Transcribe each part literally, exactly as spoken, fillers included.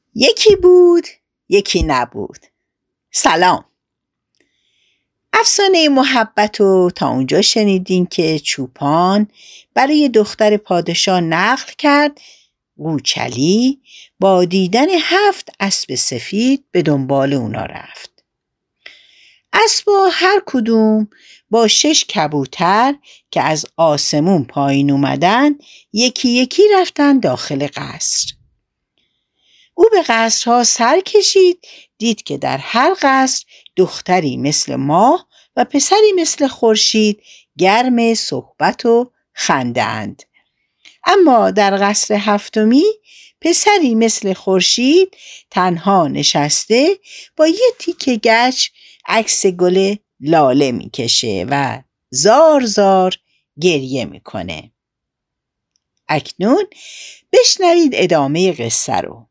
یکی بود یکی نبود. سلام. افسانه محبت رو تا اونجا شنیدین که چوپان برای دختر پادشاه نقل کرد قوچلی با دیدن هفت اسب سفید به دنبال اونا رفت. اسبا هر کدوم با شش کبوتر که از آسمون پایین اومدن یکی یکی رفتن داخل قصر. او به قصرها سر کشید، دید که در هر قصر دختری مثل ماه و پسری مثل خورشید گرم صحبت و خنده‌اند. اما در قصر هفتمی پسری مثل خورشید تنها نشسته با یه تیکه گچ عکس گل لاله میکشه و زار زار گریه میکنه. اکنون بشنوید ادامه قصه رو.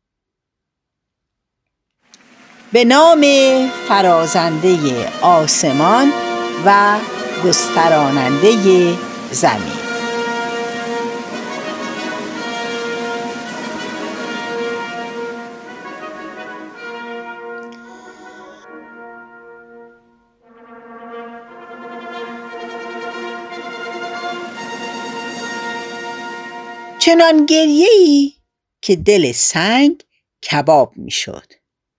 به نام فرازنده آسمان و گستراننده زمین. چنان گریه‌ای که دل سنگ کباب می شد.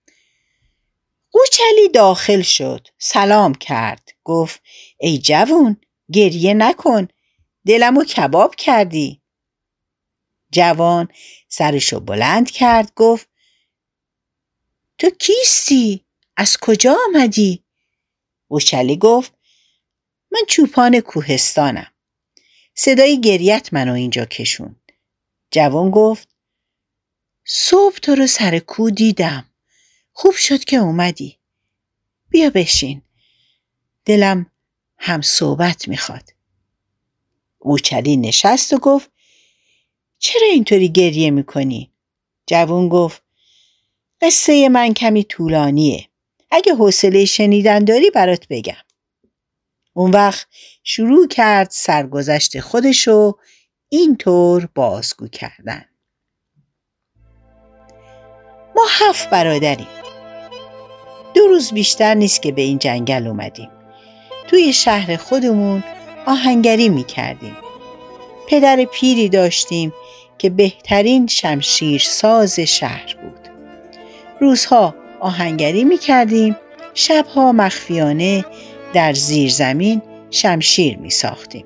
قوچلی داخل شد، سلام کرد، گفت ای جوون گریه نکن، دلمو کباب کردی. جوان سرشو بلند کرد، گفت تو کیستی؟ از کجا آمدی؟ قوچلی گفت من چوپان کوهستانم، صدای گریت منو اینجا کشوند. جوان گفت صبح تو رو سر کوه دیدم، خوب شد که اومدی، بیا بشین، دلم هم صحبت میخواد. قوچلی نشست و گفت چرا اینطوری گریه میکنی؟ جوان گفت قصه من کمی طولانیه، اگه حوصله شنیدن داری برات بگم. اون وقت شروع کرد سرگذشت خودشو اینطور بازگو کردن. ما هفت برادریم. دو روز بیشتر نیست که به این جنگل اومدیم. توی شهر خودمون آهنگری میکردیم. پدر پیری داشتیم که بهترین شمشیر ساز شهر بود. روزها آهنگری میکردیم، شبها مخفیانه در زیر زمین شمشیر میساختیم.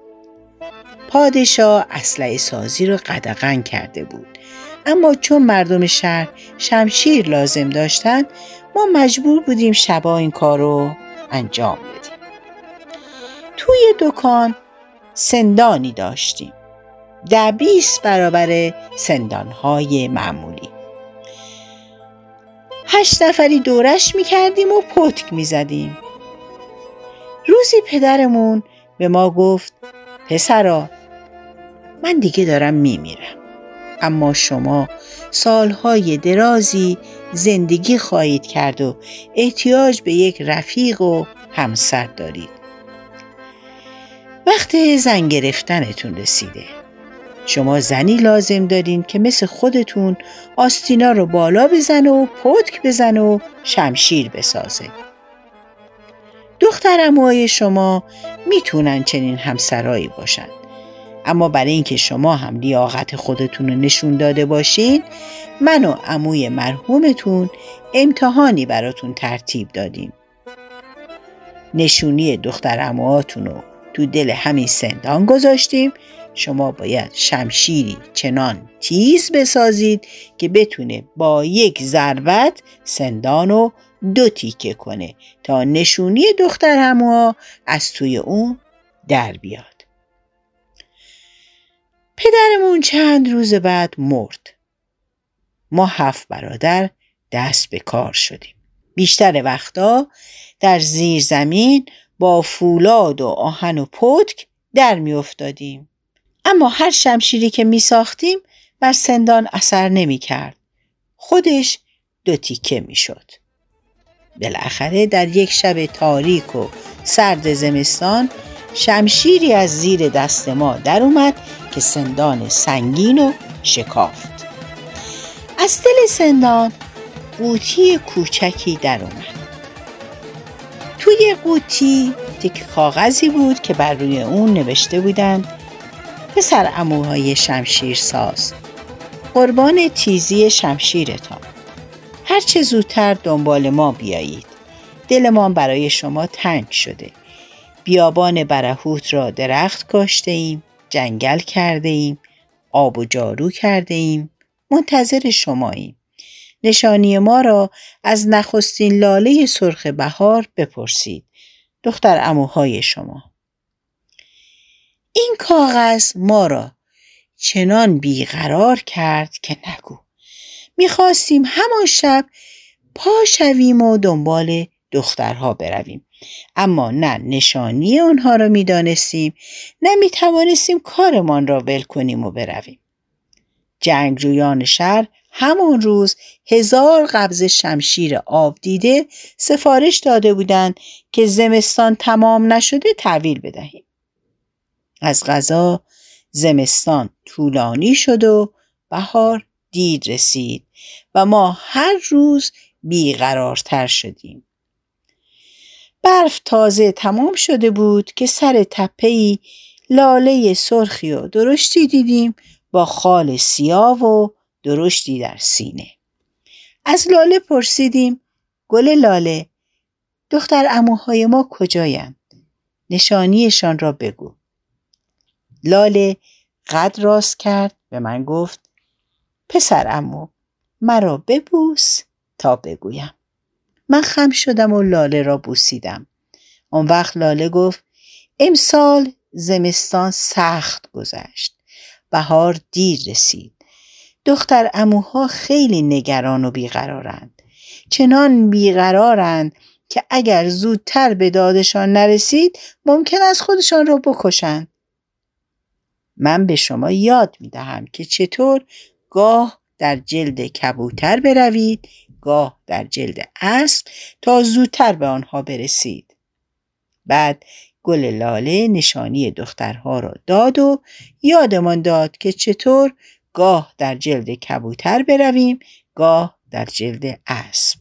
پادشاه اسلحه سازی رو قدغن کرده بود، اما چون مردم شهر شمشیر لازم داشتن ما مجبور بودیم شبا این کار رو انجام بدیم. توی دکان سندانی داشتیم، ده بیست برابر سندانهای معمولی. هشت نفری دورش میکردیم و پتک میزدیم. روزی پدرمون به ما گفت پسرا من دیگه دارم میمیرم، اما شما سالهای درازی زندگی خواهید کرد و احتیاج به یک رفیق و همسر دارید. وقت زن گرفتنتون رسیده. شما زنی لازم دارین که مثل خودتون آستینا رو بالا بزنه و پتک بزنه و شمشیر بسازه. دخترعموهای شما میتونن چنین همسرایی باشن، اما برای اینکه شما هم لیاقت خودتون رو نشون داده باشین، من و عموی مرحومتون امتحانی براتون ترتیب دادیم. نشونی دخترعموهاتون رو تو دل همین سندان گذاشتیم. شما باید شمشیری چنان تیز بسازید که بتونه با یک ضربت سندان رو دو تیکه کنه تا نشونی دخترعموها از توی اون در بیاد. پدرمون چند روز بعد مرد. ما هفت برادر دست به کار شدیم. بیشتر وقتا در زیر زمین با فولاد و آهن و پتک در می افتادیم. اما هر شمشیری که می ساختیم بر سندان اثر نمی کرد. خودش دو تیکه می شد. بالاخره در یک شب تاریک و سرد زمستان شمشیری از زیر دست ما در اومد که سندان سنگین و شکافت. از دل زندان قوطی کوچکی در اومد. توی قوطی تک کاغذی بود که بر روی اون نوشته بودند: پسر عموهای شمشیر ساز، قربان تیزی شمشیرتان، هرچه زودتر دنبال ما بیایید. دلمان برای شما تنگ شده. بیابان برهوت را درخت کاشته ایم، جنگل کرده ایم، آب و جارو کرده ایم، منتظر شماییم. نشانی ما را از نخستین لاله سرخ بهار بپرسید، دختر عموهای شما. این کاغذ ما را چنان بیقرار کرد که نگو. میخواستیم همان شب پا شویم و دنبال دخترها برویم، اما نه نشانی آنها را میدانستیم، نه میتوانستیم کارمان را ول کنیم و برویم. جنگجویان شهر همان روز هزار قبض شمشیر آب دیده سفارش داده بودند که زمستان تمام نشده تحویل بدهیم. از قضا زمستان طولانی شد و بهار دیر رسید و ما هر روز بیقرارتر شدیم. برف تازه تمام شده بود که سر تپه‌ای لاله سرخی و درشتی دیدیم با خال سیاه و درشتی در سینه. از لاله پرسیدیم: گل لاله، دختر عموهای ما کجایند؟ نشانیشان را بگو. لاله قد راست کرد، به من گفت: پسر عمو، مرا ببوس تا بگویم. من خم شدم و لاله را بوسیدم. آن وقت لاله گفت: امسال زمستان سخت گذشت. بهار دیر رسید. دختر عموها خیلی نگران و بیقرارند. چنان بیقرارند که اگر زودتر به دادشان نرسید ممکن است خودشان را بکشند. من به شما یاد می دهم که چطور گاه در جلد کبوتر بروید، گاه در جلد اسب تا زودتر به آنها برسید. بعد گل لاله نشانی دخترها را داد و یادمان داد که چطور گاه در جلد کبوتر برویم، گاه در جلد اسب.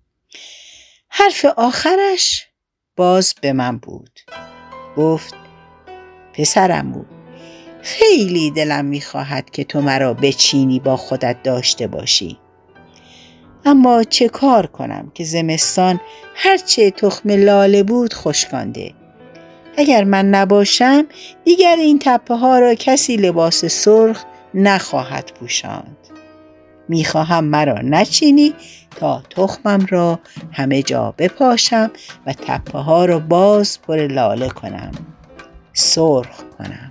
حرف آخرش باز به من بود. گفت: پسرمو، خیلی دلم میخواهد که تو مرا بچینی با خودت داشته باشی، اما چه کار کنم که زمستان هرچه تخم لاله بود خشکانده. اگر من نباشم دیگر این تپه ها را کسی لباس سرخ نخواهد پوشاند. میخواهم مرا نچینی تا تخمم را همه جا بپاشم و تپه ها را باز پر لاله کنم، سرخ کنم.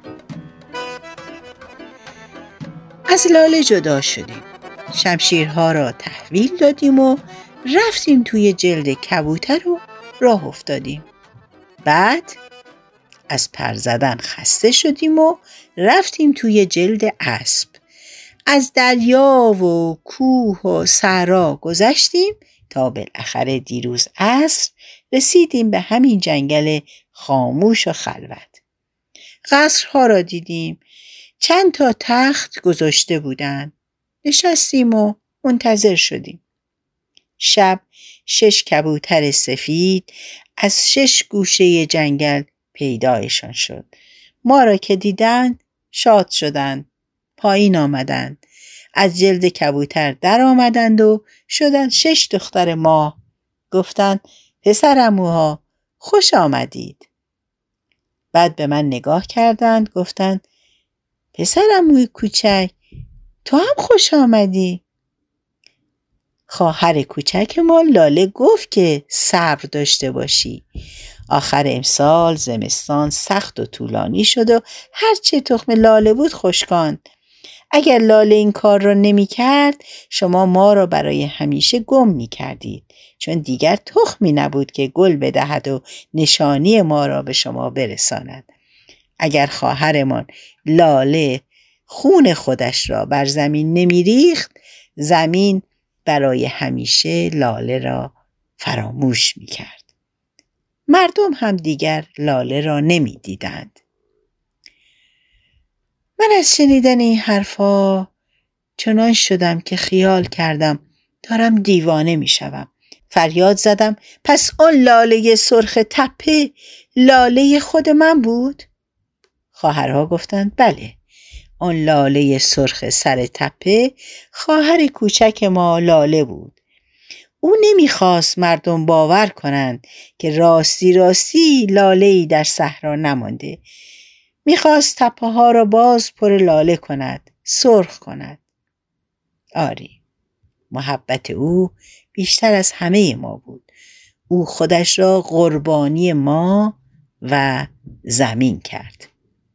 از لاله جدا شدیم. شمشیرها را تحویل دادیم و رفتیم توی جلد کبوتر و راه افتادیم. بعد از پر زدن خسته شدیم و رفتیم توی جلد اسب. از دریا و کوه و صحرا گذشتیم تا بالاخره دیروز عصر رسیدیم به همین جنگل خاموش و خلوت. قصرها را دیدیم. چند تا تخت گذاشته بودند. نشستیم و منتظر شدیم. شب شش کبوتر سفید از شش گوشه جنگل پیدایشان شد. ما را که دیدند شاد شدند. پایین آمدند. از جلد کبوتر در آمدند و شدند شش دختر ما. گفتند: پسر عموها خوش آمدید. بعد به من نگاه کردند. گفتند: پسر عموی کوچک، تو هم خوش آمدی. خواهر کوچک ما لاله گفت که صبر داشته باشی. آخر امسال زمستان سخت و طولانی شد و هرچه تخم لاله بود خشکاند. اگر لاله این کار را نمی کرد شما ما را برای همیشه گم می کردید، چون دیگر تخمی نبود که گل بدهد و نشانی ما را به شما برساند. اگر خواهرمان لاله خون خودش را بر زمین نمی ریخت، زمین برای همیشه لاله را فراموش می کرد. مردم هم دیگر لاله را نمی دیدند. من از شنیدن این حرفا چنان شدم که خیال کردم دارم دیوانه می شوم. فریاد زدم پس اون لاله سرخ تپه لاله خود من بود؟ خواهرها گفتند بله، اون لاله سرخ سر تپه خواهر کوچک ما لاله بود. او نمیخواست مردم باور کنند که راستی راستی لاله‌ای در صحرا نمانده. میخواست تپه ها را باز پر لاله کند، سرخ کند. آری، محبت او بیشتر از همه ما بود. او خودش را قربانی ما و زمین کرد.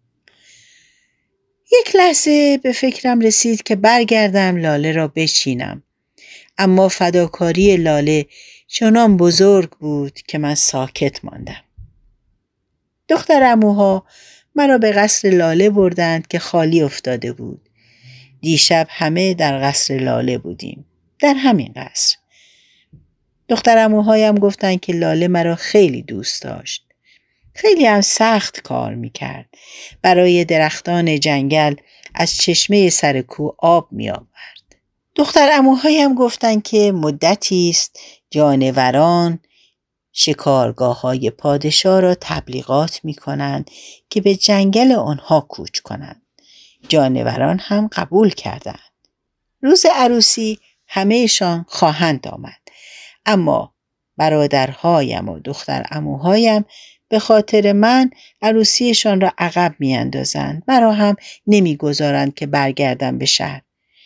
یک لحظه به فکرم رسید که برگردم لاله را بچینم، اما فداکاری لاله چنان بزرگ بود که من ساکت ماندم. دختر عموها مرا به قصر لاله بردند که خالی افتاده بود. دیشب همه در قصر لاله بودیم، در همین قصر. دختر عموهایم گفتند که لاله مرا خیلی دوست داشت. خیلی هم سخت کار میکرد. برای درختان جنگل از چشمه سر کوه آب می آورد. دختر عموهایم گفتند که مدتی است جانوران شکارگاه های پادشاه را تبلیغات می کنند که به جنگل آنها کوچ کنند. جانوران هم قبول کردند. روز عروسی همهشان خواهند آمد، اما برادرهایم و دختر عموهایم به خاطر من عروسیشان را عقب می اندازند. مرا هم نمی گذارند که برگردم به شهر.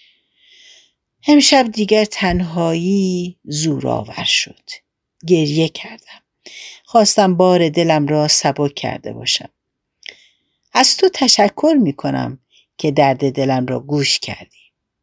امشب دیگر تنهایی زورآور شد. گریه کردم. خواستم بار دلم را سبک کرده باشم. از تو تشکر می کنم که درد دلم را گوش کردی.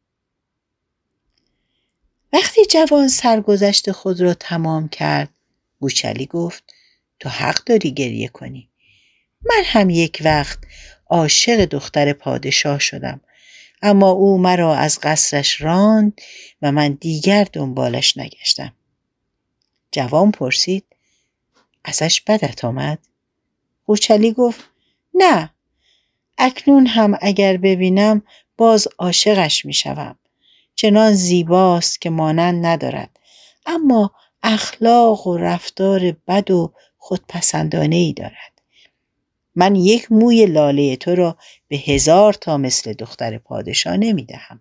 وقتی جوان سرگذشت خود را تمام کرد، گوچلی گفت تو حق داری گریه کنی. من هم یک وقت عاشق دختر پادشاه شدم، اما او مرا از قصرش راند و من دیگر دنبالش نگشتم. جوان پرسید ازش بدت آمد؟ گوچلی گفت نه، اکنون هم اگر ببینم باز عاشقش می شوم. چنان زیباست که مانند ندارد، اما اخلاق و رفتار بد و خودپسندانه‌ای دارد. من یک موی لاله تو را به هزار تا مثل دختر پادشاه نمی دهم.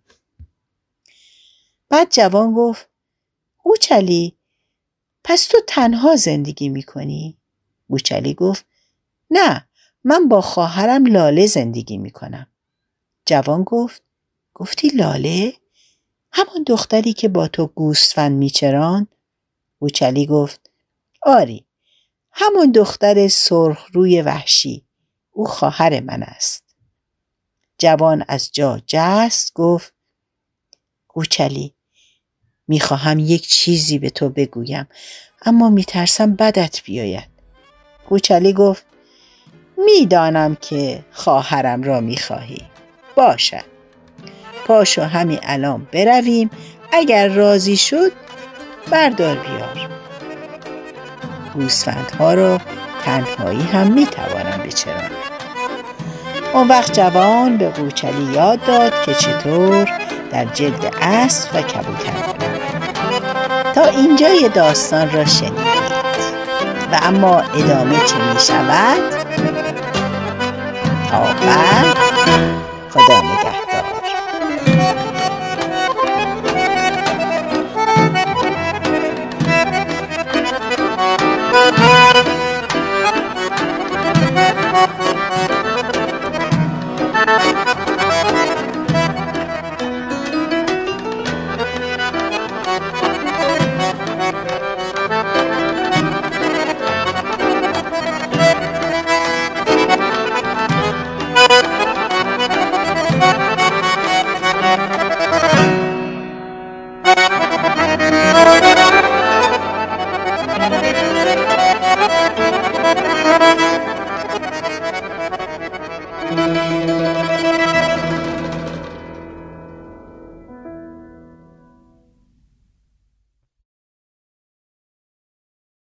بعد جوان گفت گوچلی پس تو تنها زندگی می کنی؟ گوچلی گفت نه، من با خواهرم لاله زندگی می کنم. جوان گفت گفتی لاله؟ همان دختری که با تو گوسفند می چراند؟ گوچلی گفت آری، همون دختر سرخ روی وحشی. او خواهر من است. جوان از جا جست گفت گوچلی میخواهم یک چیزی به تو بگویم، اما میترسم بدت بیاید. گوچلی گفت میدانم که خواهرم را میخواهی. باشد، پاشو همین الان برویم، اگر راضی شد بردار بیار. گوسفندها رو تنهایی هم میتوانم بچرانم. اون وقت جوان به گوچلی یاد داد که چطور در جلد اسب و کبوتر بماند. تا اینجای داستان را شنیدید و اما ادامه چه می شود؟ تا بعد، خدا نگهدار.